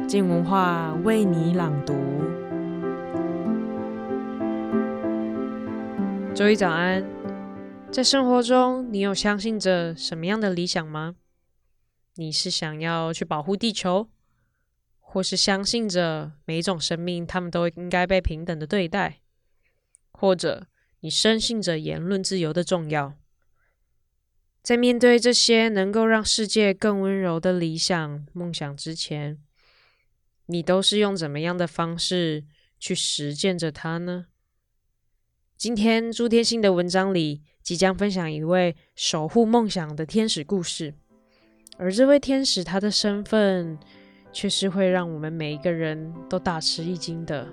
静文化为你朗读。周一早安，在生活中，你有相信着什么样的理想吗？你是想要去保护地球，或是相信着每一种生命他们都应该被平等的对待，或者你深信着言论自由的重要？在面对这些能够让世界更温柔的理想梦想之前，你都是用怎么样的方式去实践着它呢？今天朱天心的文章里即将分享一位守护梦想的天使故事，而这位天使他的身份却是会让我们每一个人都大吃一惊的。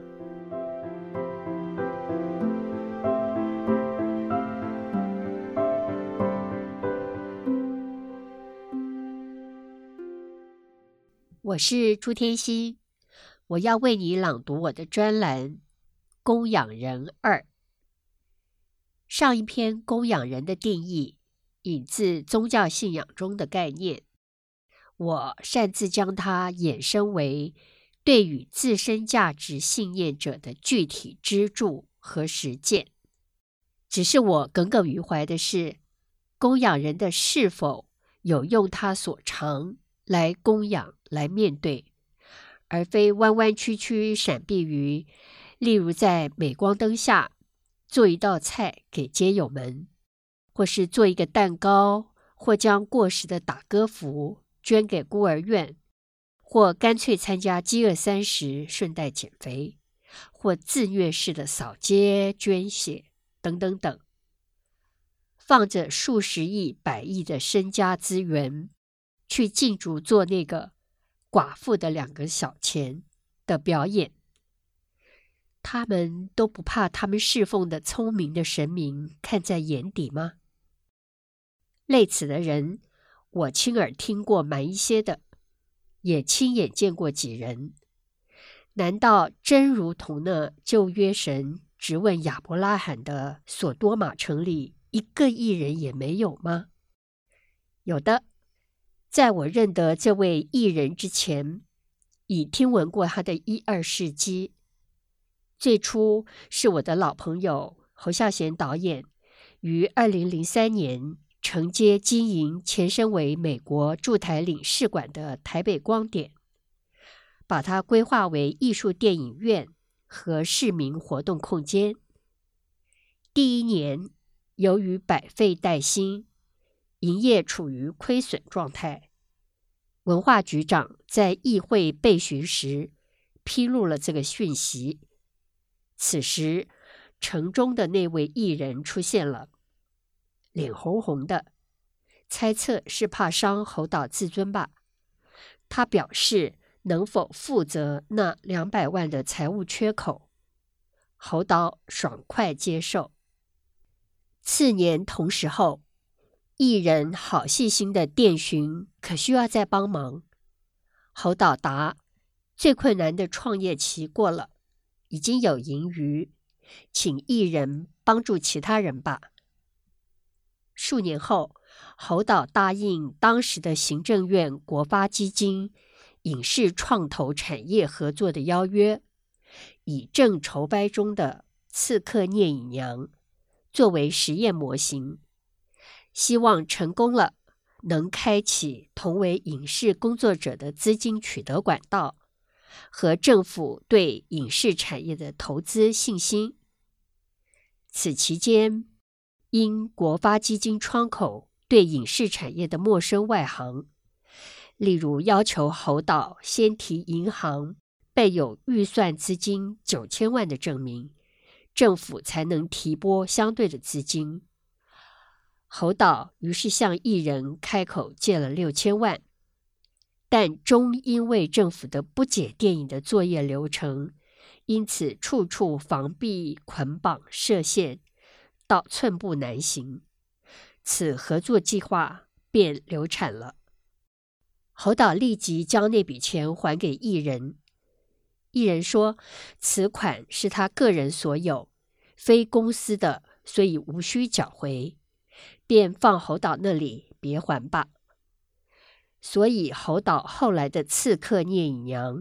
我是朱天心，我要为你朗读我的专栏《供养人2》。上一篇供养人的定义引自宗教信仰中的概念，我擅自将它衍生为对于自身价值信念者的具体支柱和实践。只是我耿耿于怀的是，供养人的是否有用他所长来供养来面对，而非弯弯曲曲闪避于例如在镁光灯下做一道菜给街友们，或是做一个蛋糕，或将过时的打歌服捐给孤儿院，或干脆参加饥饿30顺带减肥，或自虐式的扫街捐血等等等，放着数十亿百亿的身家资源去竞逐做那个寡妇的2个小钱的表演，他们都不怕他们侍奉的聪明的神明看在眼底吗？类此的人，我亲耳听过蛮一些的，也亲眼见过几人。难道真如同那旧约神质问亚伯拉罕的所多玛城里一个义人也没有吗？有的。在我认得这位艺人之前，已听闻过他的1、2事迹。最初是我的老朋友侯孝贤导演于2003年承接经营前身为美国驻台领事馆的台北光点，把它规划为艺术电影院和市民活动空间。第1年，由于百废待兴，营业处于亏损状态。文化局长在议会备询时披露了这个讯息。此时，城中的那位艺人出现了，脸红红的，猜测是怕伤侯导自尊吧。他表示能否负责那200万的财务缺口，侯导爽快接受。次年同时候，艺人好细心的电询可需要再帮忙。侯导答：最困难的创业期过了，已经有盈余，请艺人帮助其他人吧。数年后，侯导答应当时的行政院国发基金影视创投产业合作的邀约，以正筹掰中的刺客聂隐娘作为实验模型，希望成功了，能开启同为影视工作者的资金取得管道和政府对影视产业的投资信心。此期间，因国发基金窗口对影视产业的陌生外行，例如要求侯导先提银行备有预算资金9000万的证明，政府才能提拨相对的资金。侯导于是向艺人开口借了6000万，但终因为政府的不解电影的作业流程，因此处处防弊、捆绑、设限，到寸步难行。此合作计划便流产了。侯导立即将那笔钱还给艺人。艺人说，此款是他个人所有，非公司的，所以无需缴回，便放侯导那里，别还吧。所以侯导后来的刺客聂隐娘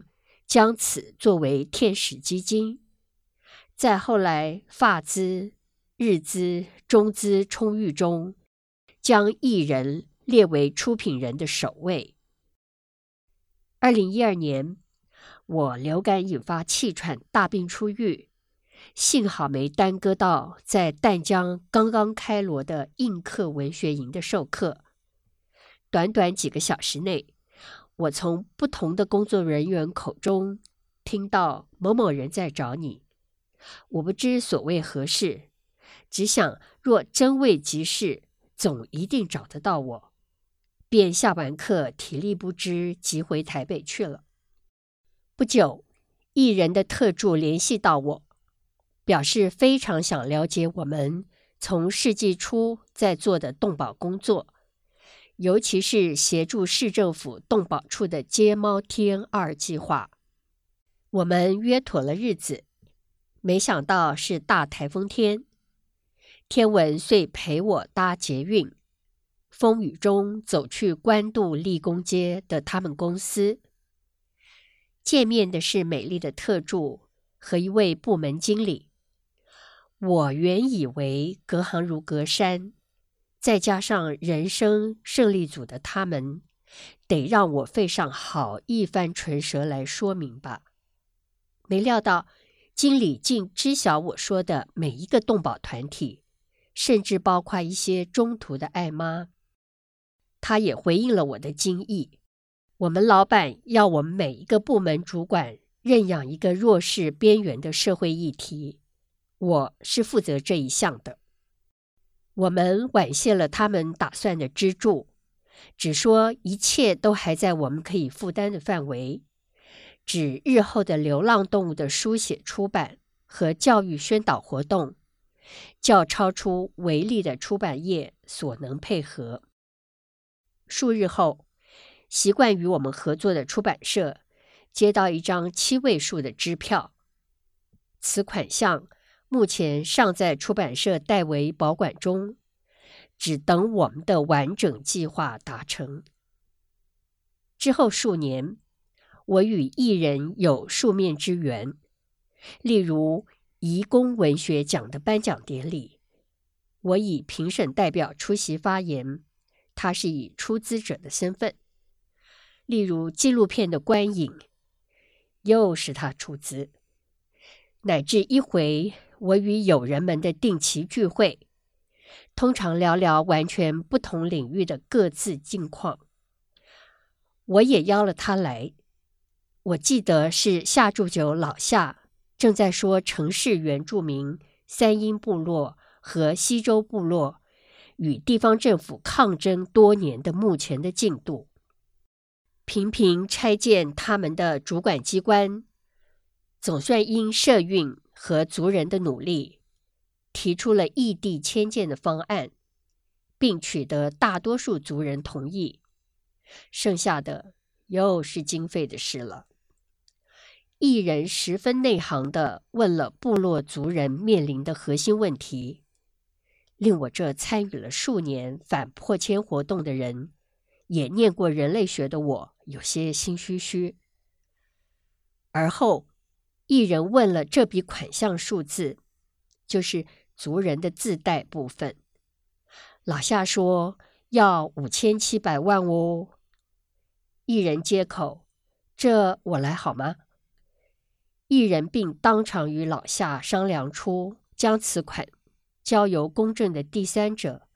将此作为天使基金。再后来，法资、日资、中资充裕中，将艺人列为出品人的首位。2012年，我流感引发气喘大病初愈，幸好没耽搁到在淡江刚刚开锣的映客文学营的授课。短短几个小时内，我从不同的工作人员口中听到某某人在找你。我不知所谓何事，只想若真为急事，总一定找得到我，便下完课体力不支，急回台北去了。不久，艺人的特助联系到我，表示非常想了解我们从世纪初在做的动保工作，尤其是协助市政府动保处的接猫 TN2 计划。我们约妥了日子，没想到是大台风天，天文遂陪我搭捷运，风雨中走去关渡立功街的他们公司。见面的是美丽的特助和一位部门经理。我原以为隔行如隔山，再加上人生胜利组的他们，得让我费上好一番唇舌来说明吧。没料到经理竟知晓我说的每一个动保团体，甚至包括一些中途的爱妈。他也回应了我的惊意，我们老板要我们每一个部门主管认养一个弱势边缘的社会议题，我是负责这一项的。我们婉谢了他们打算的资助，只说一切都还在我们可以负担的范围，指日后的流浪动物的书写出版和教育宣导活动，较超出微利的出版业所能配合。数日后，习惯与我们合作的出版社接到一张7位数的支票，此款项目前尚在出版社代为保管中，只等我们的完整计划达成。之后数年，我与艺人有数面之缘，例如移工文学奖的颁奖典礼，我以评审代表出席发言，他是以出资者的身份。例如纪录片的观影，又是他出资。乃至一回我与友人们的定期聚会，通常聊聊完全不同领域的各自近况。我也邀了他来，我记得是夏祝久老夏正在说城市原住民三英部落和西周部落与地方政府抗争多年的目前的进度，频频拆建他们的主管机关，总算因社运和族人的努力，提出了异地迁建的方案，并取得大多数族人同意，剩下的又是经费的事了。艺人十分内行地问了部落族人面临的核心问题，令我这参与了数年反迫迁活动的人，也念过人类学的我有些心虚虚。而后艺人问了这笔款项数字，就是族人的自贷部分。老夏说要5700万哦。艺人接口，这我来好吗？艺人并当场与老夏商量出将此款交由公正的第三者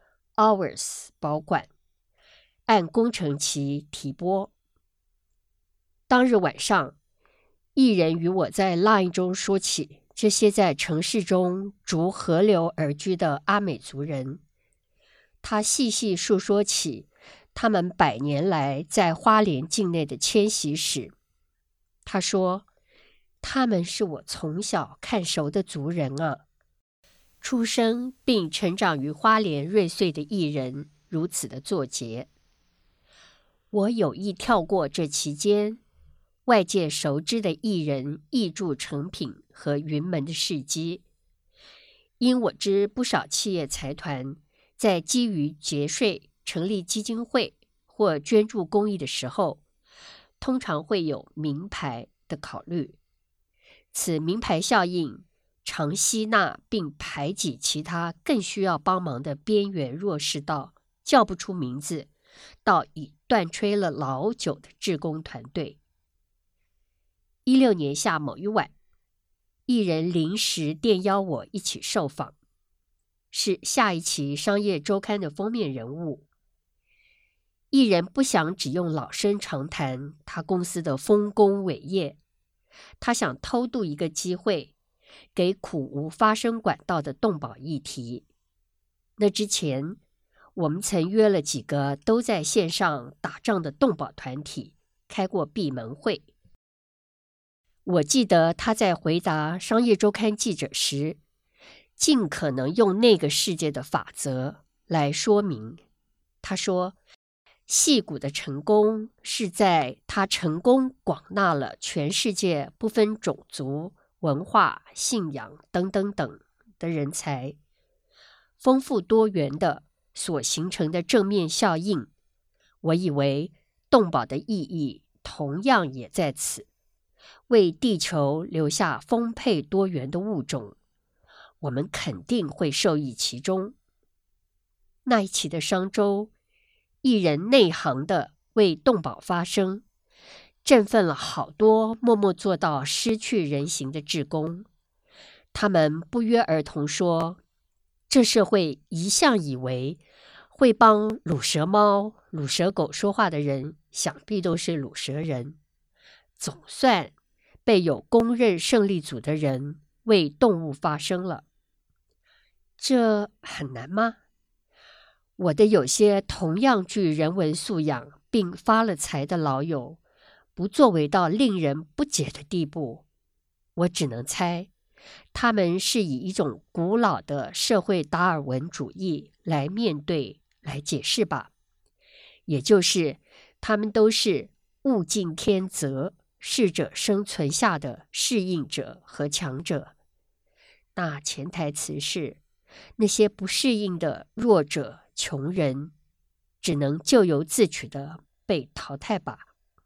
Hours 保管，按工程期提拨。当日晚上，艺人与我在 LINE 中说起这些在城市中逐河流而居的阿美族人，他细细述说起他们100年来在花莲境内的迁徙史。他说，他们是我从小看熟的族人啊。出生并成长于花莲瑞穗的艺人如此的作结。我有意跳过这期间外界熟知的艺人挹注成品和云门的事迹，因我知不少企业财团在基于节税成立基金会或捐助公益的时候，通常会有名牌的考虑。此名牌效应常吸纳并排挤其他更需要帮忙的边缘弱势到叫不出名字，到已断炊了老久的志工团队。16年夏某一晚，艺人临时电邀我一起受访，是下一期《商业周刊》的封面人物。艺人不想只用老生常谈他公司的丰功伟业，他想偷渡一个机会，给苦无发声管道的动保议题。那之前，我们曾约了几个都在线上打仗的动保团体，开过闭门会。我记得他在回答《商业周刊》记者时，尽可能用那个世界的法则来说明。他说，矽谷的成功是在他成功广纳了全世界不分种族、文化、信仰等的人才，丰富多元的所形成的正面效应。我以为动保的意义同样也在此，为地球留下丰沛多元的物种，我们肯定会受益其中。那一期的商周，艺人内行的为动保发声，振奋了好多默默做到失去人形的志工。他们不约而同说，这社会一向以为会帮鲁蛇猫、鲁蛇狗说话的人，想必都是鲁蛇人。总算被有公认胜利组的人为动物发声了。这很难吗？我的有些同样具人文素养并发了财的老友，不作为到令人不解的地步。我只能猜，他们是以一种古老的社会达尔文主义来面对、来解释吧。也就是他们都是物竞天择、适者生存下的适应者和强者。那潜台词是，那些不适应的弱者、穷人，只能咎由自取的被淘汰吧。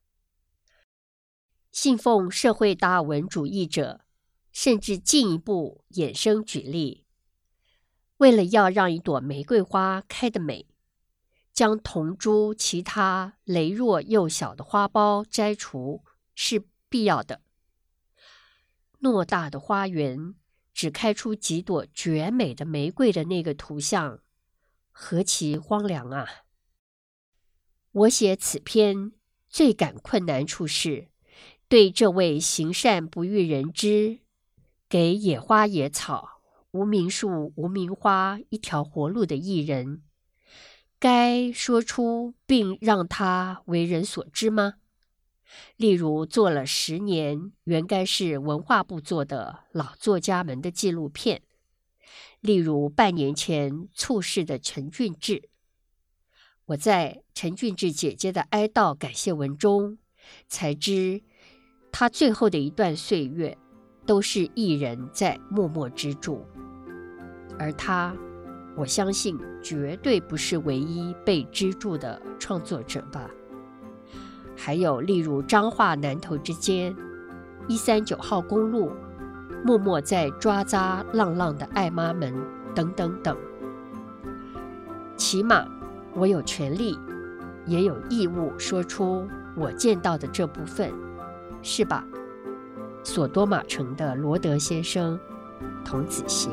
信奉社会达尔文主义者，甚至进一步衍生举例，为了要让一朵玫瑰花开得美，将同株其他羸弱幼小的花苞摘除是必要的。偌大的花园只开出几朵绝美的玫瑰的那个图像，何其荒凉啊！我写此篇最感困难处是，对这位行善不欲人知，给野花野草、无名树无名花一条活路的艺人，该说出并让他为人所知吗？例如做了10年原该是文化部做的老作家们的纪录片，例如半年前猝逝的陈俊志。我在陈俊志姐姐的哀悼感谢文中才知，她最后的一段岁月都是艺人在默默资助，而她，我相信绝对不是唯一被资助的创作者吧。还有例如彰化南投之间139号公路默默在抓扎浪浪的爱妈们等等。起码我有权利也有义务说出我见到的这部分，是吧？索多玛城的罗德先生，童子贤。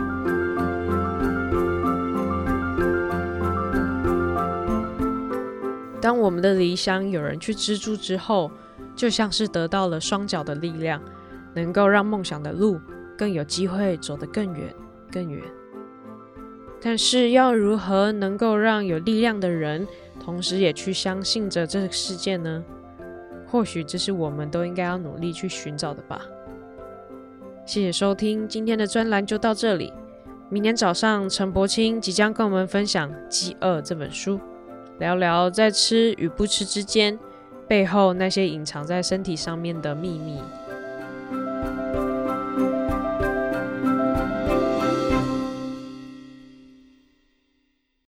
当我们的理想有人去资助之后，就像是得到了双脚的力量，能够让梦想的路更有机会走得更远更远。但是要如何能够让有力量的人同时也去相信着这个世界呢？或许这是我们都应该要努力去寻找的吧。谢谢收听，今天的专栏就到这里。明天早上陈柏青即将跟我们分享《饥饿》这本书，聊聊在吃与不吃之间背后那些隐藏在身体上面的秘密。